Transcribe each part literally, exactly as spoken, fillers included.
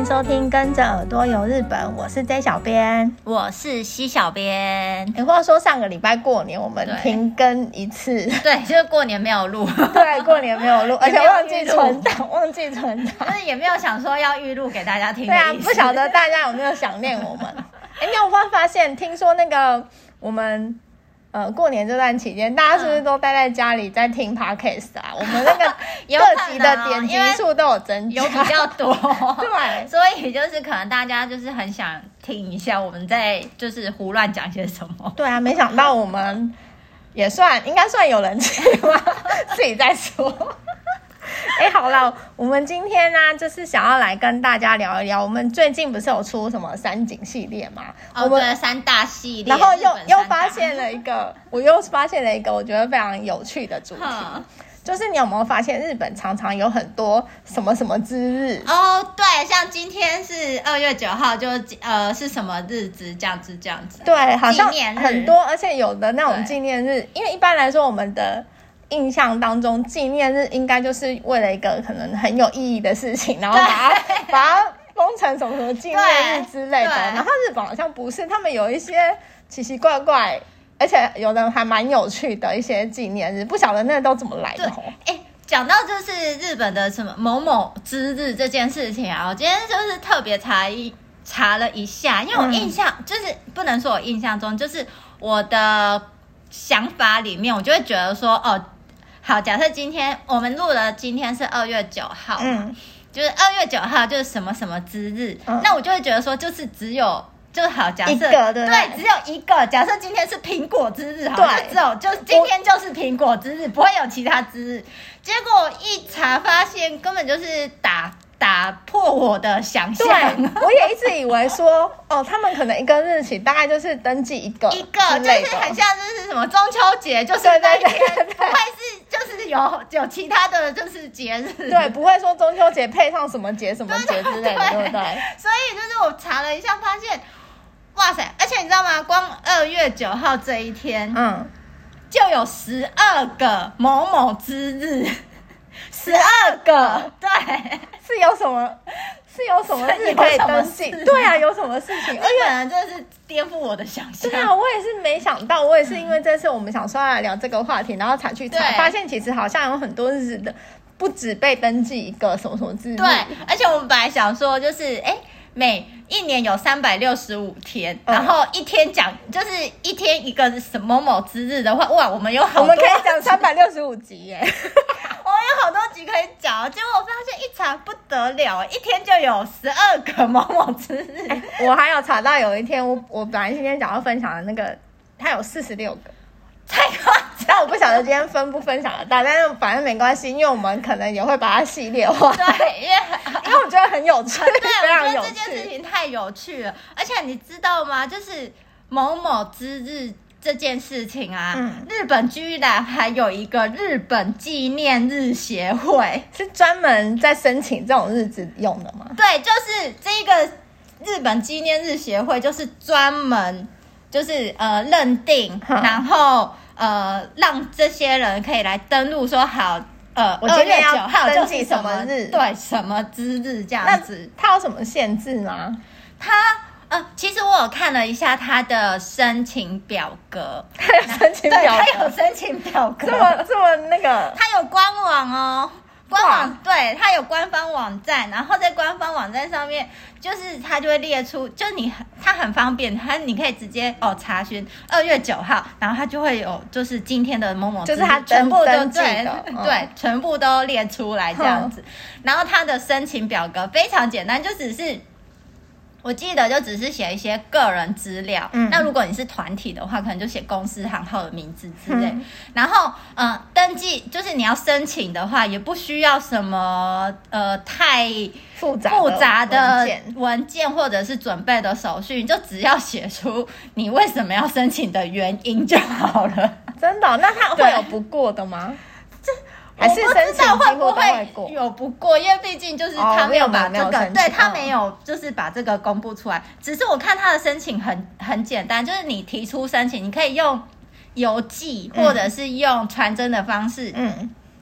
收听跟着耳朵游日本，我是 J 小编， 我是西小编。 欸、话说上个礼拜过年我们停更一次， 对，就是过年没有录， 对，过年没有录，而且忘记存档，忘记存档， 就是也没有想说要预录给大家听的对啊， 意思。 不晓得大家有没有想念我们？哎、欸，你有没有发现？听说那个我们。呃，过年这段期间，大家是不是都待在家里在听 podcast 啊？嗯、我们那个各集的点击数都有增加， 有比较多， 对， 所以就是可能大家就是很想听一下我们在就是胡乱讲些什么。 对啊，没想到我们也算应该算有人气吧，自己再说。哎、欸，好了，我们今天呢、啊，就是想要来跟大家聊一聊，我们最近不是有出什么山景系列嘛？ 哦， 我们对，三大系列， 然后又又发现了一个，我又发现了一个我觉得非常有趣的主题，就是你有没有发现日本常常有很多什么什么之日？ 哦，对，像今天是二月九号，就呃是什么日子这样子这样子？ 对，好像纪念日很多，而且有的那种纪念日，因为一般来说我们的。印象当中，纪念日应该就是为了一个可能很有意义的事情，然后把它把它封成什么什么纪念日之类的。然后日本好像不是，他们有一些奇奇怪怪，而且有的还蛮有趣的一些纪念日，不晓得那都怎么来的哦。 哎，讲到就是日本的什么某某之日这件事情啊，我今天就是特别查一查了一下，因为我印象、嗯、就是不能说我印象中，就是我的想法里面，我就会觉得说，哦。好，假设今天我们录了，今天是二月九号，嗯，就是二月九号就是什么什么之日，嗯、那我就会觉得说，就是只有，就是好，假设一个对， 对，只有一个。假设今天是苹果之日，好，就只有就今天就是苹果之日，不会有其他之日。结果一查发现，根本就是打。打破我的想象， 对，我也一直以为说，哦，他们可能一个日期大概就是登记一个， 一个就是很像就是什么中秋节，就是那天，不会是就是有有其他的就是节日， 对，不会说中秋节配上什么节什么节之类的， 对, 对, 对不对？ 所以就是我查了一下，发现，哇塞，而且你知道吗？光二月九号这一天，嗯，就有十二个某某之日。十二个，对， 是有什么？是有什么日可以登记？对啊，有什么事情？ 而且真的是颠覆我的想象。 对啊，我也是没想到，我也是因为这次我们想说来聊这个话题，然后才去查，发现其实好像有很多日子的，不止被登记一个什么什么之日。 对，而且我们本来想说，就是哎。每一年有三百六十五天，然后一天讲就是一天一个什么某某之日的话，哇，我们有好多， 我们可以讲三百六十五集耶， 我们有好多集可以讲。结果我发现一查不得了，一天就有十二个某某之日。 欸、我还有查到有一天，我我本来今天想要分享的那个，它有四十六个。 太夸张！ 但我不晓得今天分不分享得到，但是反正没关系，因为我们可能也会把它系列化。 对，因为因为我觉得很有趣， 对， 非常有趣。 我觉得这件事情太有趣了，而且你知道吗？就是某某之日这件事情啊，嗯、日本居然还有一个日本纪念日协会， 是专门在申请这种日子用的吗？ 对，就是这个日本纪念日协会，就是专门。就是呃认定，然后呃让这些人可以来登录，说好呃二月九号就是什么日，对，什么之日这样子。 它有什么限制吗？ 它呃，其实我有看了一下它的申请表格， 它有申请表格， 对，它有申请表格， 这么这么那个， 它有官网哦。官网对，它有官方网站，然后在官方网站上面，就是它就会列出，就你它很方便，它你可以直接哦查询二月九号，然后它就会有就是今天的某某， 就是它全部都对、 嗯、对，全部都列出来这样子。然后它的申请表格非常简单，就只是。我记得就只是写一些个人资料，嗯、那如果你是团体的话，可能就写公司行号的名字之类。嗯、然后，呃，登记就是你要申请的话，也不需要什么呃太复杂复杂的文件, 文件或者是准备的手续，你就只要写出你为什么要申请的原因就好了。 真的、哦？那他会有不过的吗？这。还是申请会不会有不过，因为毕竟就是他没有把这个，哦、对他没有就是把这个公布出来。只是我看他的申请很很简单，就是你提出申请，你可以用邮寄或者是用传真的方式，嗯，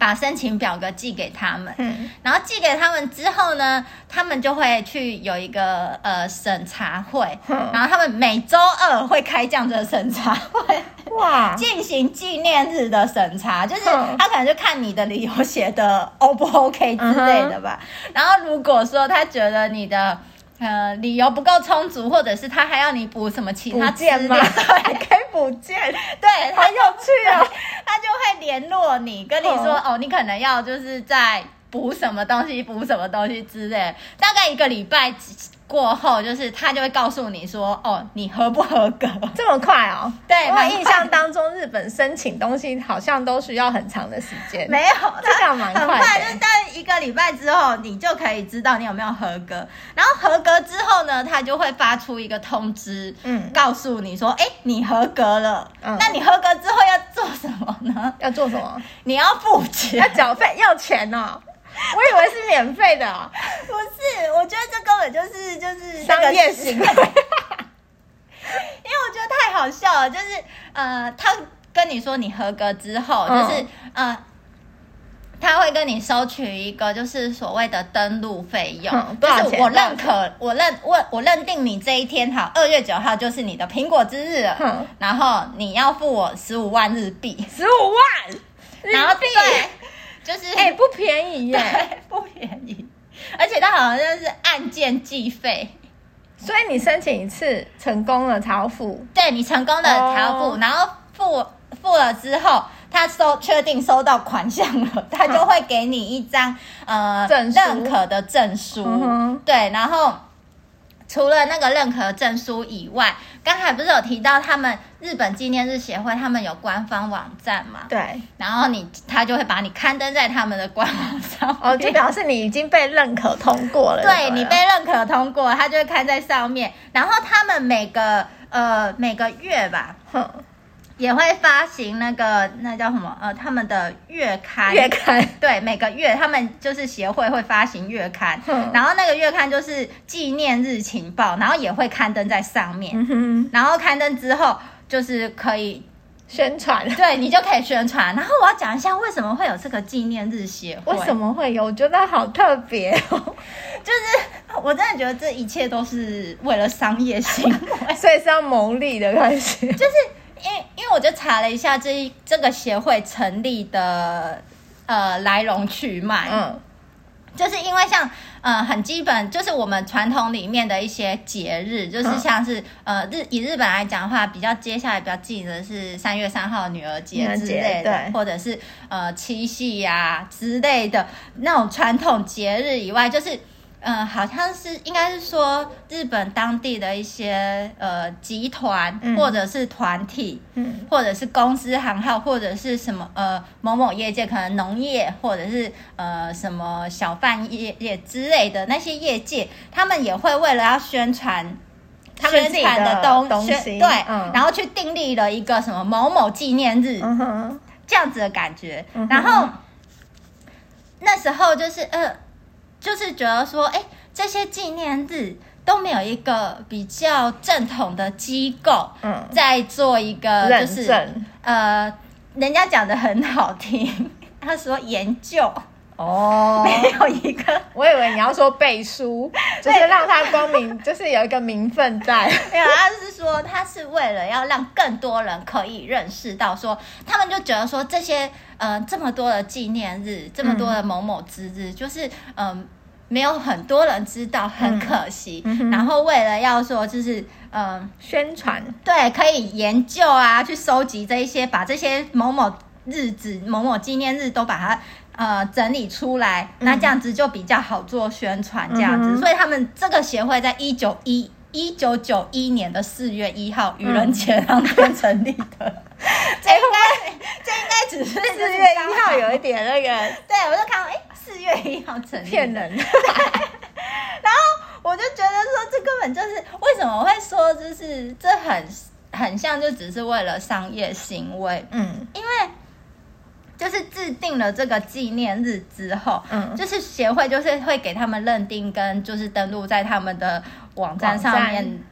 把申请表格寄给他们， 嗯， 然后寄给他们之后呢，他们就会去有一个呃审查会， 嗯然后他们每周二会开这样子的审查会， 哇， 进行纪念日的审查，就是嗯他可能就看你的理由写的 O 不 OK 之类的吧。然后如果说他觉得你的呃理由不够充足，或者是他还要你补什么其他资料， 补件吗？还对可以补件， 对， 好有趣哦。 他就会联络你，跟你说、嗯、哦，你可能要就是在补什么东西，补什么东西之类。大概一个礼拜过后，就是他就会告诉你说，哦，你合不合格？ 这么快哦？ 对， 我印象当中日本申请东西好像都需要很长的时间。 没有， 这个蛮快的， 很快，就是大概一个礼拜之后，你就可以知道你有没有合格。然后合格之后呢，他就会发出一个通知，嗯，告诉你说，哎，你合格了。嗯，那你合格之后要做什么呢？ 要做什么？ 你要付钱， 要缴费，要钱哦。我以为是免费的、哦， 不是，我觉得这根本就是就是商业行为，因为我觉得太好笑了，就是呃，他跟你说你合格之后，嗯、就是呃，他会跟你收取一个就是所谓的登录费用， 嗯、 就是我認可，我認我我認定你这一天好，二月九號就是你的蘋果之日了，嗯、然後你要付我十五萬日幣， 十五萬日幣， 然後對。就是哎、欸，不便宜耶， 不便宜，而且它好像是按件计费， 所以你申请一次成功了才要付， 对你成功了才要付，哦、然后付付了之后，他收确定收到款项了，他就会给你一张呃认可的证书，嗯、对，然后除了那个认可证书以外，刚才不是有提到他们日本纪念日协会他们有官方网站嘛？ 对， 然后你他就会把你刊登在他们的官网上， 哦，就表示你已经被认可通过了。 对，你被认可通过，他就会刊在上面。然后他们每个呃每个月吧，哼。也会发行那个那叫什么呃他们的月刊， 月刊对，每个月他们就是协会会发行月刊，嗯、然后那个月刊就是纪念日情报，然后也会刊登在上面，嗯、哼然后刊登之后就是可以宣传， 对你就可以宣传。然后我要讲一下为什么会有这个纪念日协会， 为什么会有？我觉得好特别哦， 就是我真的觉得这一切都是为了商业行为， 所以是要牟利的关系， 就是。因为因为我就查了一下这这个协会成立的呃来龙去脉，嗯，就是因为像呃很基本，就是我们传统里面的一些节日，就是像是、嗯、呃日以日本来讲的话，比较接下来比较近的是三月三号女儿节之类的，或者是呃七夕呀、啊、之类的那种传统节日以外，就是。嗯，好像是应该是说日本当地的一些呃集团、嗯、或者是团体，嗯，或者是公司行号，或者是什么呃某某业界，可能农业或者是呃什么小贩业业之类的那些业界，他们也会为了要宣传他们宣传的东东西， 对、嗯，然后去订立了一个什么某某纪念日，嗯哼，这样子的感觉，嗯、然后那时候就是呃。就是觉得说，哎，这些纪念日都没有一个比较正统的机构，嗯，在做一个就是呃，人家讲的很好听，他说研究哦，没有一个， 我以为你要说背书，就是让他光明，就是有一个名分在。 没有，他是说他是为了要让更多人可以认识到说，他们就觉得说这些呃这么多的纪念日，这么多的某某之日，嗯、就是嗯。呃没有很多人知道，很可惜。嗯、然后为了要说，就是嗯、呃， 宣传， 对，可以研究啊，去收集这一些，把这些某某日子、某某纪念日都把它呃整理出来，嗯、那这样子就比较好做宣传，这样子。嗯、所以他们这个协会在一九一一九九一年的四月一号愚人节当天成立的。嗯这应该，这应该只是四月一号有一点那个， 对我就看到，哎，四月一号成立， 骗人。 然后我就觉得说，这根本就是为什么我会说，就是这很很像，就只是为了商业行为。嗯，因为就是制定了这个纪念日之后，嗯，就是协会就是会给他们认定跟就是登录在他们的网站上面。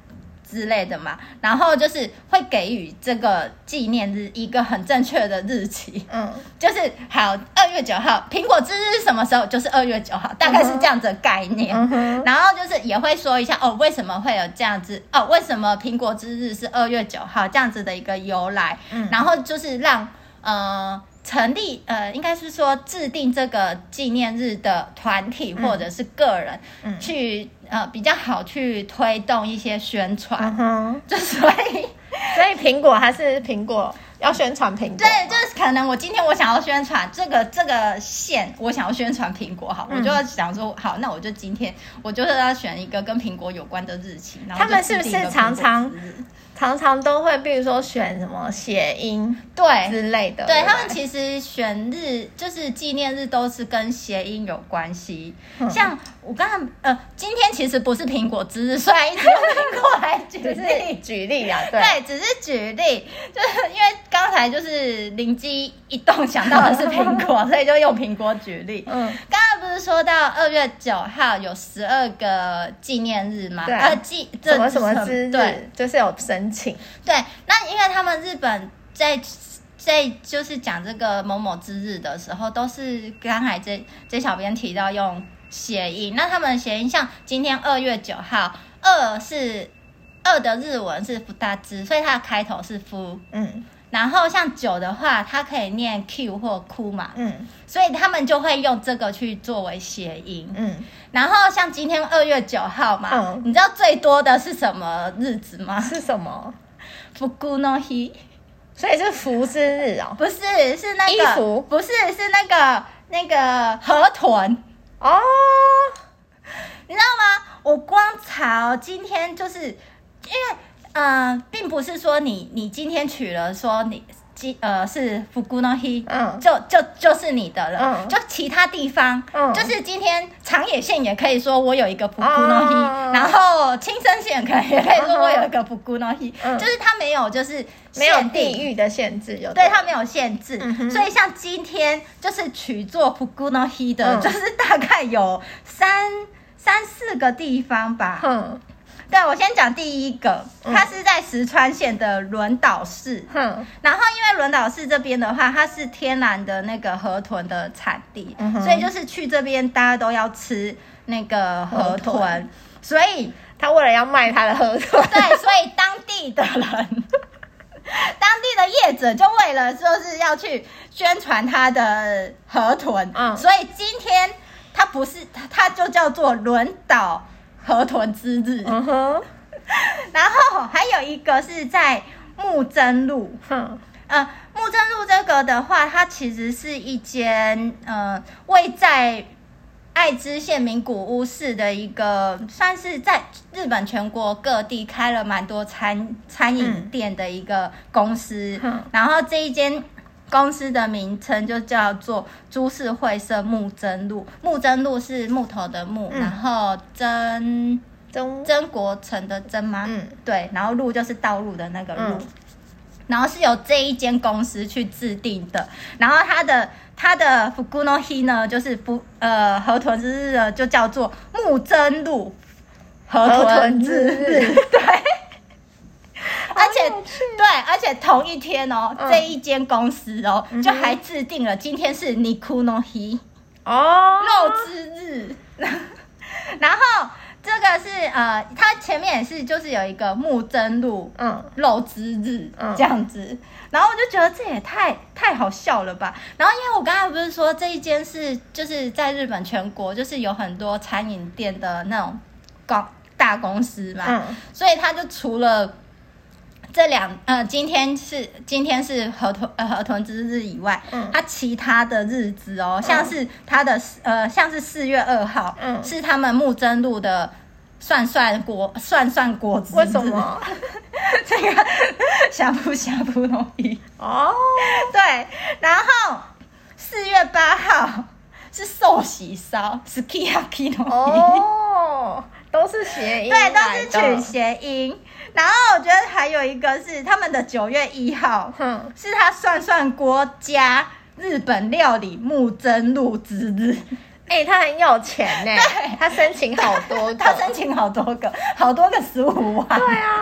之类的嘛，然后就是会给予这个纪念日一个很正确的日期，嗯，就是好二月九号，苹果之日什么时候？就是二月九号，大概是这样子的概念。嗯、然后就是也会说一下哦，为什么会有这样子哦？为什么苹果之日是二月九号这样子的一个由来？嗯，然后就是让呃。成立呃，应该是说制定这个纪念日的团体或者是个人，嗯、去呃比较好去推动一些宣传，嗯哼，就所以所以苹果还是苹果要宣传苹果， 对，就是可能我今天我想要宣传这个这个线，我想要宣传苹果，好，嗯、我就要想说好，那我就今天我就是要选一个跟苹果有关的日期，然后他们是不是常常？常常都会，比如说选什么谐音对之类的， 对，对他们其实选日就是纪念日都是跟谐音有关系。嗯、像我刚刚呃，今天其实不是苹果之日，虽然一直用苹果来举例， 举例啊，对， 对，只是举例，就是因为刚才就是灵机一动想到的是苹果，所以就用苹果举例。嗯，刚刚不是说到二月九号有十二个纪念日吗？ 对， 呃，纪什么什么之日， 对， 就是有申请。 对，那因为他们日本在在就是讲这个某某之日的时候，都是刚才这这小编提到用谐音，那他们谐音像今天二月九号，二是二的日文是福大之，所以它的开头是福，嗯，然后像九的话，它可以念 Q 或哭嘛，嗯，所以他们就会用这个去作为谐音，嗯，然后像今天二月九号嘛，嗯，你知道最多的是什么日子吗？ 是什么？ 福古诺希， 所以是福之日哦， 不是，是那个衣服， 不是，是那个那个河豚哦，你知道吗？我光查今天就是因为呃，并不是说你你今天取了说你。呃，是福古诺希，嗯，就就就是你的了，嗯，就其他地方，嗯，就是今天长野县也可以说我有一个福古诺希，哦、然后青森县可以也可以说我有一个福古诺希，嗯，就是它没有就是没有地域的限制，有对它没有限制，嗯、所以像今天就是取做福古诺希的，嗯、就是大概有三三四个地方吧，嗯。对，我先讲第一个，它是在石川县的轮岛市。嗯，然后因为轮岛市这边的话，它是天然的那个河豚的产地，嗯、所以就是去这边大家都要吃那个河豚，河豚所以他为了要卖他的河豚， 对，所以当地的人，当地的业者就为了说是要去宣传他的河豚，嗯，所以今天它不是，它就叫做轮岛河豚之日，嗯哼，然后还有一个是在木曾路，嗯，呃，木曾路这个的话，它其实是一间呃位在爱知县名古屋市的一个，算是在日本全国各地开了蛮多餐餐饮店的一个公司，嗯、然后这一间公司的名称就叫做株式会社木曾路，木曾路是木头的木，嗯、然后曾曾曾国城的曾吗？嗯，对，然后路就是道路的那个路，嗯、然后是由这一间公司去制定的，然后它的它的福古诺希呢，就是福呃河豚之日呢，就叫做木曾路河豚之日，对。而且对，而且同一天哦，嗯、这一间公司哦，嗯、就还制定了今天是尼库诺希哦肉之日，然后这个是呃，它前面也是就是有一个木曾路嗯肉之日、嗯、这样子，然后我就觉得这也太太好笑了吧。然后因为我刚才不是说这一间是就是在日本全国就是有很多餐饮店的那种公大公司嘛，嗯、所以它就除了这两呃，今天是今天是河豚呃河豚之日以外，嗯，它其他的日子哦，像是它的呃，像是四月二号，嗯，是他们木曾路的涮涮锅涮涮锅之日。 为什么？ 这个呷哺呷哺容易哦，对，然后四月八号是寿喜烧 ，sukiyaki 容易哦，都是谐音， 对，都是取谐音。然后我觉得还有一个是他们的九月一号，嗯，是他涮涮锅加日本料理木曾路之日。 哎、欸，他很有钱呢，他申请好多个， 他申请好多个，好多个十五万。 对啊，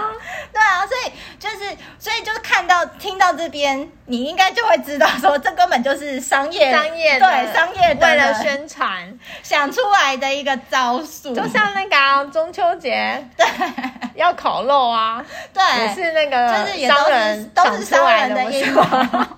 对啊，所以就是所以就是看到听到这边，你应该就会知道说，这根本就是商业商业对商业的为了宣传想出来的一个招数， 就像那个、啊、中秋节对要烤肉啊， 对， 也是那个就是也商人都是商人的阴谋。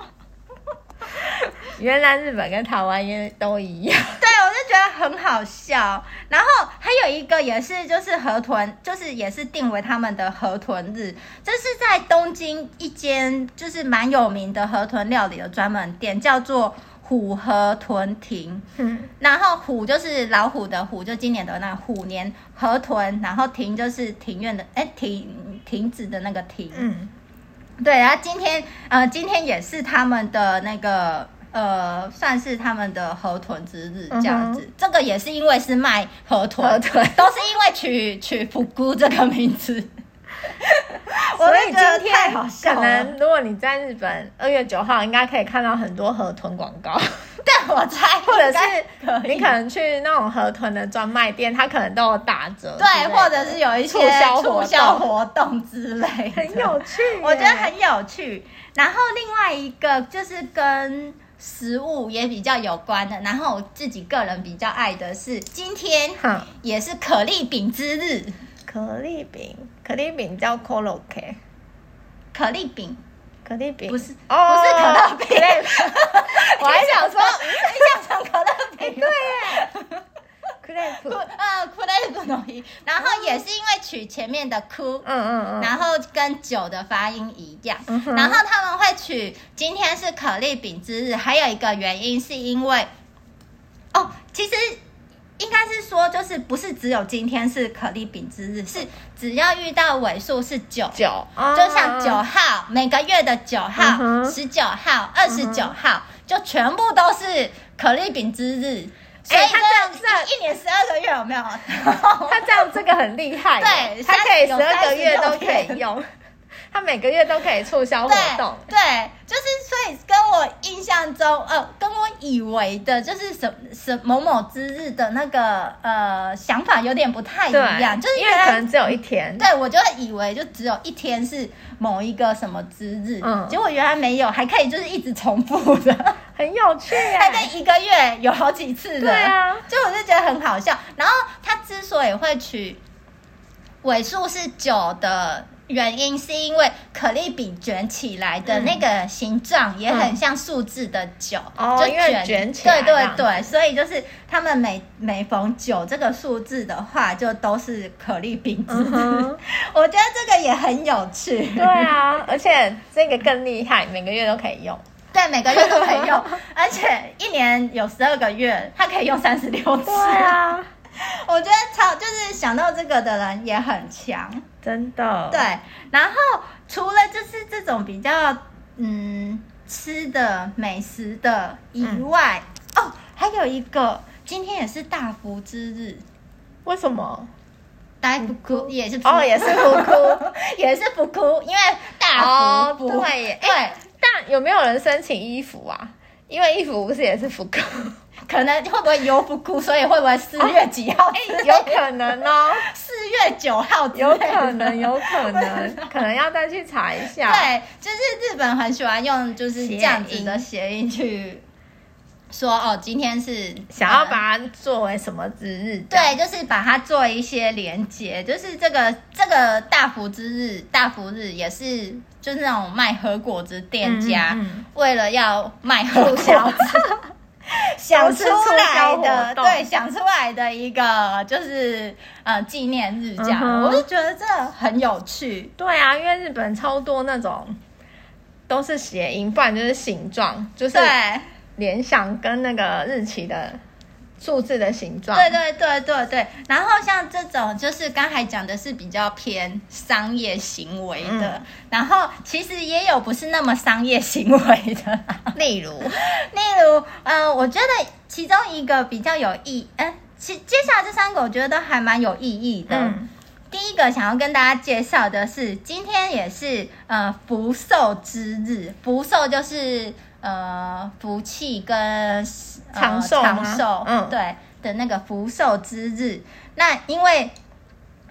原来日本跟台湾也都一样， 对，我就觉得很好笑。然后还有一个也是，就是河豚，就是也是定为他们的河豚日。这是在东京一间就是蛮有名的河豚料理的专门店，叫做虎河豚亭。嗯，然后虎就是老虎的虎，就今年的那个虎年河豚，然后亭就是庭院的，哎，亭亭子的那个亭。嗯，对，然后今天呃，今天也是他们的那个。呃，算是他们的河豚之日这样子，嗯、这个也是因为是卖河豚，河豚都是因为取取福姑这个名字。 所以今天可能如果你在日本二月九号，应该可以看到很多河豚广告。 对，我猜， 或者是你可能去那种河豚的专卖店，它可能都有打折， 对，或者是有一些促销活动、 促销活动之类的， 很有趣， 我觉得很有趣。然后另外一个就是跟食物也比较有关的，然后我自己个人比较爱的是今天也是可丽饼之日。 可丽饼，可丽饼叫 Koroke， 可丽饼， 可丽饼不是、哦、不是可乐饼， 我还想说你想成可乐饼， 对耶。クレープ， 呃，クレープの日，然后也是因为取前面的ク，嗯嗯嗯，然后跟酒的发音一样，嗯、然后他们会取今天是可丽饼之日，还有一个原因是因为，哦，其实应该是说，就是不是只有今天是可丽饼之日，是只要遇到尾数是九，九，就像九号，每个月的九号、十九号、二十九号，就全部都是可丽饼之日。所以他这样一年十二个月有没有？ 他这样这个很厉害， 对， 他可以十二个月都可以用，他每个月都可以促销活动。 对，对就是所以跟我印象中，呃，跟我以为的就是什什某某之日的那个呃想法有点不太一样，就是因为可能只有一天。 对，我就会以为就只有一天是某一个什么之日，嗯，结果原来没有，还可以就是一直重复的。 很有趣耶， 他在一个月有好几次的， 对啊， 就我就觉得很好笑。然后他之所以会取尾数是九的原因，是因为可丽饼卷起来的那个形状也很像数字的九， 嗯、 就卷、哦、卷起来， 对对对，所以就是他们每每逢九这个数字的话，就都是可丽饼之日。嗯、我觉得这个也很有趣。 对啊，而且这个更厉害，每个月都可以用。 对，每个月都可以用，而且一年有十二个月，它可以用三十六次。 对啊， 我觉得超就是想到这个的人也很强， 真的。 对，然后除了就是这种比较嗯吃的美食的以外，嗯、哦，还有一个今天也是大福之日， 为什么？ 大福哭也是哦，也是福哭， 也是福哭，因为大福、 哦、对耶对。 但有没有人申請衣服啊？因为衣服不是也是福库， 可能会不会有福库，所以会不会四月几號、 欸？有可能哦， 四月九號之類的， 有可能，有可能，可能要再去查一下。 对，就是日本很喜欢用就是这样子的谐音去说哦，今天是想要把它作为什么之日？ 对，就是把它做一些连结，就是这个这个大福之日，大福日也是就是那种卖和果子店家，嗯嗯、为了要卖和果子，想出来的，对，想出来的一个就是呃纪念日这样，嗯、我就觉得这很有趣。 对啊，因为日本超多那种都是谐音，不然就是形状，就是对。 联想跟那个日期的数字的形状， 对对对对对。然后像这种就是刚才讲的是比较偏商业行为的，嗯、然后其实也有不是那么商业行为的， 例如例如呃，我觉得其中一个比较有意，哎，其接下来这三个我觉得都还蛮有意义的。嗯、第一个想要跟大家介绍的是，今天也是呃福寿之日，福寿就是。呃，福气跟、呃、 长寿长寿，嗯，对的那个福寿之日。那因为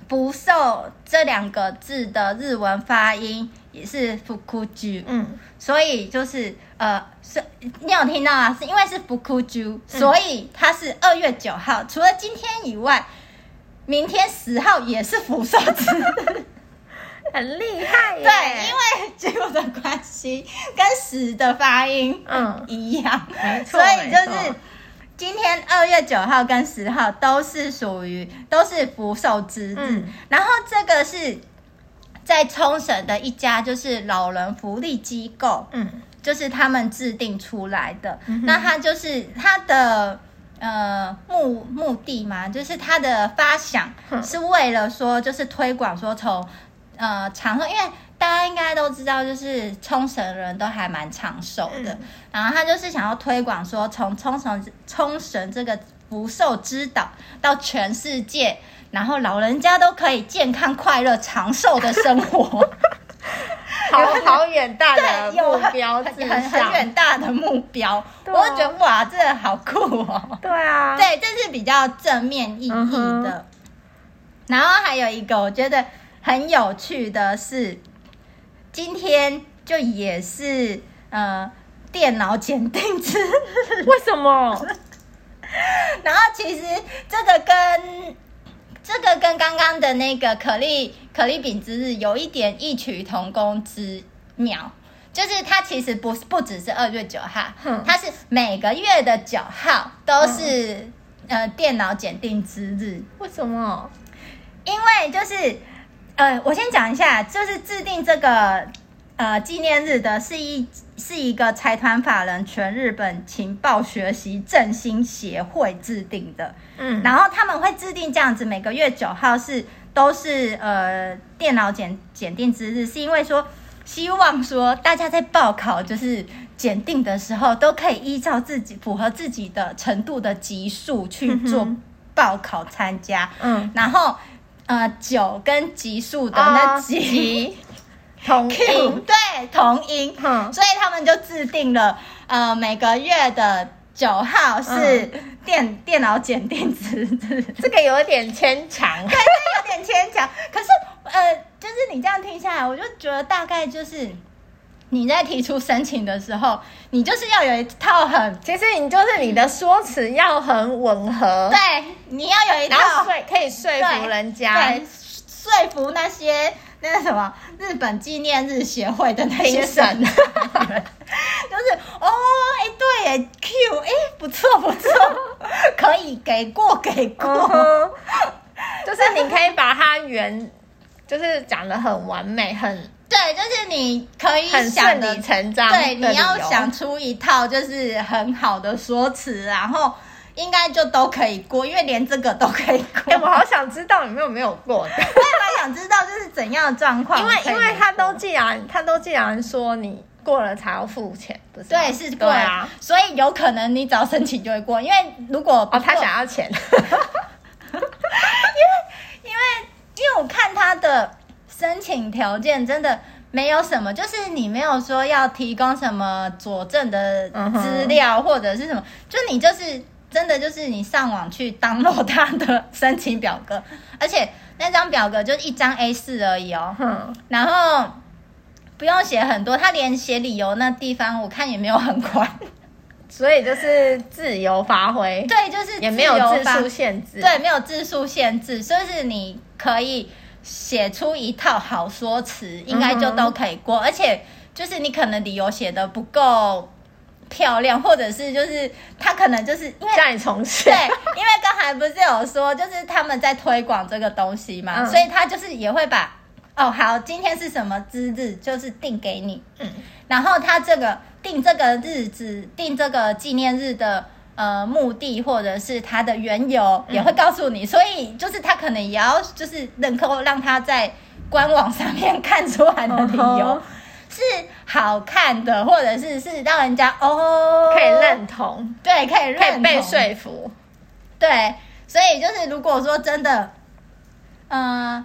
福寿这两个字的日文发音也是福库居，嗯，所以就是呃，是你有听到啊？是因为是福库居，嗯，所以它是二月九号。除了今天以外，明天十号也是福寿之日。 很厉害耶！ 对，因为九的关系跟十的发音嗯一样， 没错， 所以就是今天二月九号跟十号都是属于都是福寿之日。嗯，然后这个是在冲绳的一家就是老人福利机构，嗯，就是他们制定出来的。嗯，那它就是它的呃目目的嘛，就是它的发想是为了说就是推广说从呃，长寿，因为大家应该都知道，就是冲绳人都还蛮长寿的。嗯，然后他就是想要推广说，从冲绳冲绳这个福寿之岛到全世界，然后老人家都可以健康、快乐、长寿的生活。 好好远大的目标志向， 很很远大的目标。啊，我就觉得哇，这个好酷哦！ 对啊， 对，这是比较正面意义的。嗯，然后还有一个，我觉得很有趣的是，今天就也是呃电脑检定之日。 为什么？ 然后其实这个跟这个跟刚刚的那个可丽可丽饼之日有一点异曲同工之妙，就是它其实不不只是二月九号，嗯，它是每个月的九号都是，嗯，呃电脑检定之日。 为什么？ 因为就是呃，我先讲一下，就是制定这个呃纪念日的是一是一个财团法人全日本情报学习振兴协会制定的，嗯，然后他们会制定这样子，每个月九号是都是呃电脑检检定之日，是因为说希望说大家在报考就是检定的时候，都可以依照自己符合自己的程度的级数去做报考参加，嗯，然后。呃，九跟级数的那级、 哦、同音， 对，同音，嗯，所以他们就制定了，呃，每个月的九号是电、嗯、电脑检定之日， 这个有点牵强， 对，这有点牵强。可是，呃，就是你这样听下来，我就觉得大概就是。你在提出申请的时候，你就是要有一套很， 其实你就是你的说辞要很吻合， 对，你要有一套可以说服人家， 对，说服那些那个什么日本纪念日协会的那些审，就是哦，哎，对耶 ，Q， 哎，不错不错，可以给过给过，嗯， 就是你可以把它原，就是讲得很完美，很。 对，就是你可以想的顺理成章， 对，你要想出一套就是很好的说辞，然后应该就都可以过，因为连这个都可以过。 哎，我好想知道有没有没有过的，我也蛮想知道就是怎样的状况， 因为因为他都既然他都既然说你过了才要付钱，不是？ 对，是过了，啊，所以有可能你只要申请就会过，因为如果哦他想要钱， 因为因为因为我看他的。申请条件真的没有什么，就是你没有说要提供什么佐证的资料或者是什么，就你就是真的就是你上网去 download 他的申请表格，而且那张表格就一张 A 四 而已哦，嗯，然后不用写很多，他连写理由那地方我看也没有很宽， 所以就是自由发挥， 对，就是也没有字数限制， 对，没有字数限制，就是你可以。写出一套好说辞，应该就都可以过，嗯，而且就是你可能理由写的不够漂亮，或者是就是他可能就是因为叫你重写， 对，因为刚才不是有说就是他们在推广这个东西嘛，嗯，所以他就是也会把哦好，今天是什么之日，就是定给你，嗯，然后他这个定这个日子，定这个纪念日的。呃，目的或者是它的缘由也会告诉你，嗯，所以就是他可能也要就是能够让他在官网上面看出来的理由是好看的，或者是是让人家哦可以认同， 对，可以认同， 可以被说服， 对，所以就是如果说真的，呃，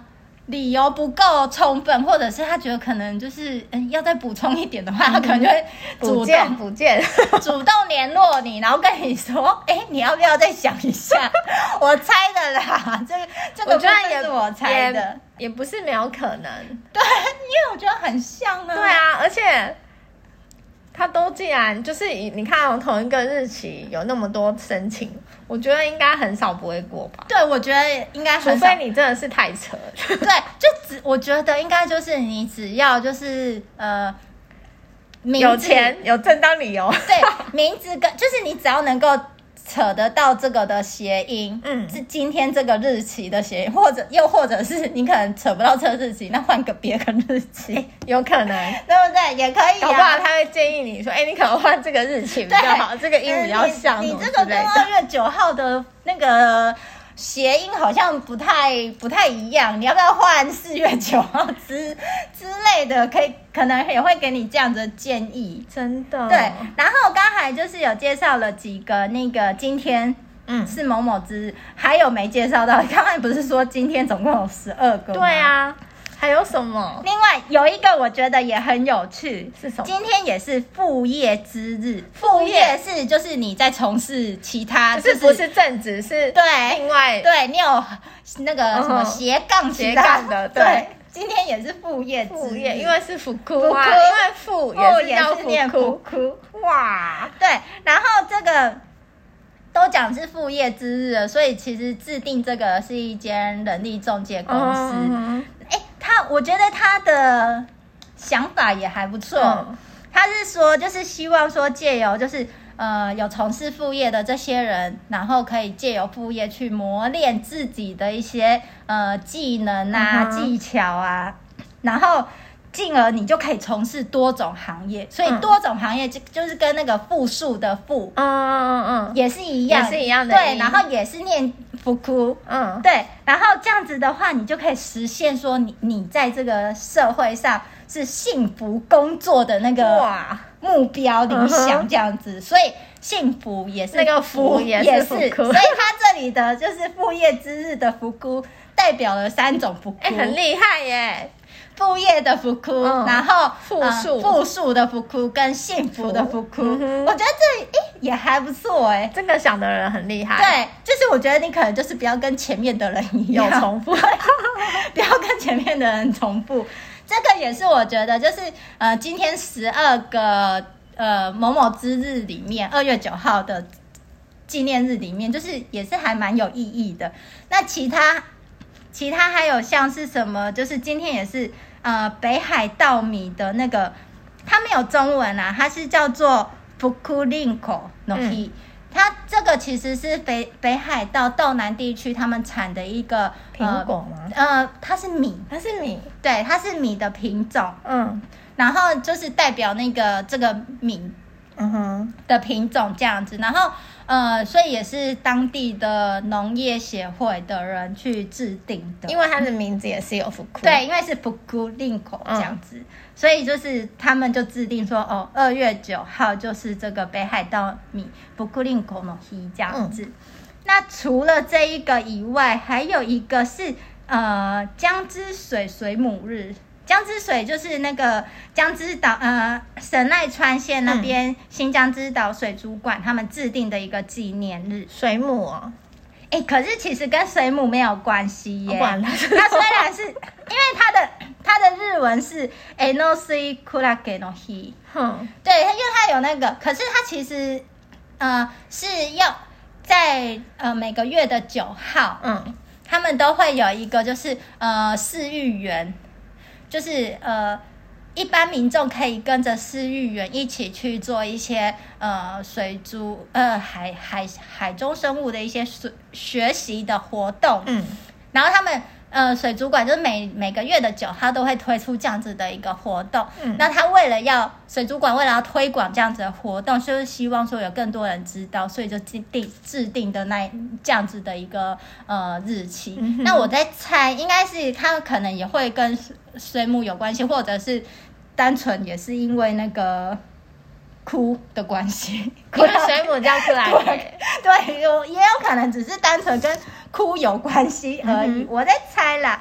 理由不够充分，或者是他觉得可能就是嗯要再补充一点的话，他可能就会主动补件主动联络你，然后跟你说，哎，你要不要再想一下？我猜的啦，这个这个部分是我猜的， 也, 也不是没有可能。 对，因为我觉得很像啊。 对啊，而且他都既然就是你看同一个日期有那么多申请，我觉得应该很少不会过吧。 对，我觉得应该很少，除非你真的是太扯。 对，就只我觉得应该就是你只要就是呃， 有钱有正当理由， 对，名字跟就是你只要能够扯得到这个的谐音，嗯，是今天这个日期的谐音，或者又或者是你可能扯不到这个日期，那换个别个日期，欸， 有可能， 对不对？也可以，啊， 搞不好他会建议你说，哎，欸，你可能换这个日期比较好，这个音比较像， 你, 你这个跟二月九号的那个谐音好像不太不太一样，你要不要换四月九号之之类的？可以，可能也会给你这样的建议。 真的。 对，然后刚才就是有介绍了几个那个今天。嗯，是某某之日，还有没介绍到？刚才不是说今天总共有十二个吗？ 对啊，还有什么？ 另外有一个我觉得也很有趣， 是什么？ 今天也是副业之日。副业是就是你在从事其他， 就是不是正职，是对另外对你有那个什么斜杠斜杠的，对。 今天也是副业之日， 副业因为是福库啊，因为副也是念福库，哇， 对，然后这个。都讲是副业之日了，所以其实制定这个是一间人力中介公司。哎、嗯欸，他我觉得他的想法也还不错。嗯、他是说，就是希望说借由就是呃有从事副业的这些人，然后可以借由副业去磨练自己的一些呃技能啊、嗯、技巧啊，然后。进而你就可以从事多种行业，所以多种行业就就是跟那个复数的复，嗯嗯嗯，也是一样， 也是一样的， 对，然后也是念福库，嗯，对，然后这样子的话，你就可以实现说你你在这个社会上是幸福工作的那个目标理想这样子，所以幸福也是那个福也是福库， 所以他这里的就是副业之日的福库代表了三种福库， 哎，很厉害耶。 副业的福库，嗯、然后复数、 呃、复数的福库跟幸福的福库，嗯、我觉得这诶也还不错哎， 这个想的人很厉害。 对，就是我觉得你可能就是不要跟前面的人一样有重复， 不要跟前面的人重复。这个也是我觉得，就是呃，今天十二个呃某某之日里面，二月九号的纪念日里面，就是也是还蛮有意义的。那其他。其他还有像是什么，就是今天也是呃北海道米的那个，它没有中文啊，它是叫做福库林口 no hi，它这个其实是北北海道道南地区他们产的一个苹果吗？ 呃，它是米， 它是米， 对，它是米的品种，嗯，然后就是代表那个这个米。嗯哼的品种这样子，然后呃，所以也是当地的农业协会的人去制定的， 因为它的名字也是有福库， 对，因为是福库林口这样子，嗯、所以就是他们就制定说，哦，二月九号就是这个北海道米福库林口の日这样子。嗯、那除了这一个以外，还有一个是呃江之水水母日。江之水就是那个江之岛，呃，神奈川县那边、嗯、新江之岛水族馆他们制定的一个纪念日。 水母哦， 哎，可是其实跟水母没有关系耶。 它虽然是因为它的它的日文是 Enosui Kurage no Hi， 嗯，对，因为它有那个，可是它其实呃是要在呃每个月的九号，嗯，他们都会有一个就是呃饲育员。就是呃，一般民众可以跟着饲育员一起去做一些呃水族呃海海海中生物的一些学学习的活动，嗯，然后他们呃水族馆就是每每个月的九号都会推出这样子的一个活动，嗯，那他为了要水族馆为了要推广这样子的活动，就是希望说有更多人知道，所以就制定制定的那这样子的一个呃日期。嗯、那我在猜，应该是他可能也会跟水母有关系，或者是单纯也是因为那个哭的关系， 因为水母叫克莱对，对，有也有可能只是单纯跟哭有关系而已，嗯、我在猜啦。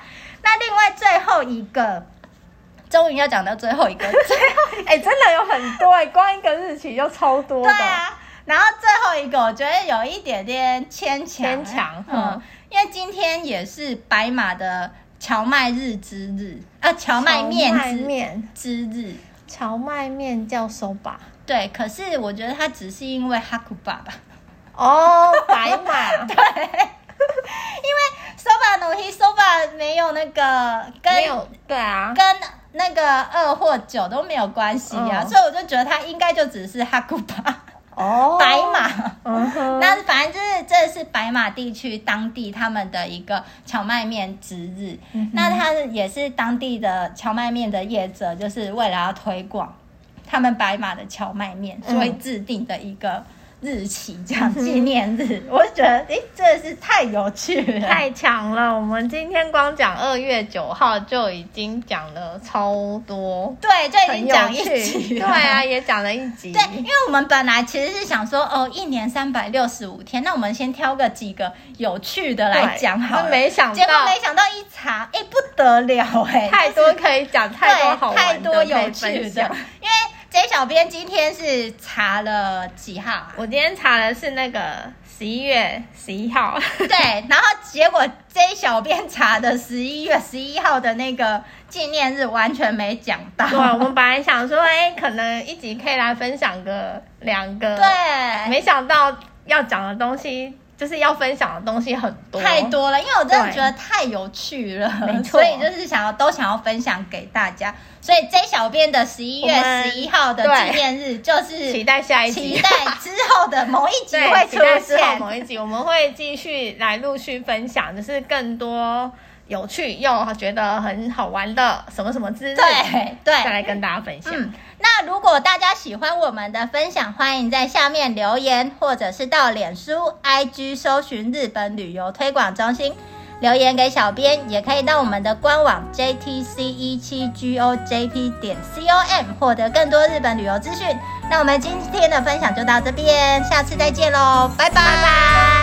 那另外最后一个，终于要讲到最后一个，最后哎、欸，真的有很多哎、欸，光一个日期就超多的。 对啊，然后最后一个我觉得有一点点牵强， 牵强， 嗯，嗯因为今天也是白马的荞麦日之日啊，荞麦面之面之日， 荞麦面叫 soba。 对，可是我觉得它只是因为哈库巴吧。 哦，白马。 对，因为 soba no hi soba 没有那个跟没有对啊， 跟那个二或九都没有关系啊，嗯、所以我就觉得它应该就只是哈库巴。 哦， 白马， 嗯哼， 那反正就是这是白马地区当地他们的一个荞麦面之日，嗯、那它也是当地的荞麦面的业者，就是为了要推广他们白马的荞麦面，嗯、所以制定的一个日期，这样纪念日，嗯、我就觉得，哎，真的是太有趣了， 太强了！我们今天光讲二月九号就已经讲了超多， 对，就已经讲一集了，对啊，也讲了一集。 对，因为我们本来其实是想说，哦，一年三百六十五天，那我们先挑个几个有趣的来讲好了。 没想到， 结果没想到一查，哎，不得了哎， 太多可以讲，太多好玩的， 太多有趣的，因为。J 小编今天是查了几号、啊？ 我今天查的是那个十一月十一号。 对，然后结果 J 小编查的十一月十一号的那个纪念日完全没讲到。 对，我们本来想说，哎、欸，可能一集可以来分享个两个。 对， 没想到要讲的东西。就是要分享的东西很多， 太多了，因为我真的觉得太有趣了， 没错， 所以就是想要都想要分享给大家。所以 J 小编的十一月十一号的纪念日，就是期待下一集， 期待之后的某一集会出现。之后现某一集，我们会继续来陆续分享，就是更多有趣又觉得很好玩的什么什么之类， 对对， 再来跟大家分享。 嗯那如果大家喜欢我们的分享，欢迎在下面留言，或者是到脸书、I G 搜寻日本旅游推广中心留言给小编，也可以到我们的官网 J T C 一七 G O J P 点 C O M 获得更多日本旅游资讯。那我们今天的分享就到这边，下次再见喽，拜拜。 拜拜。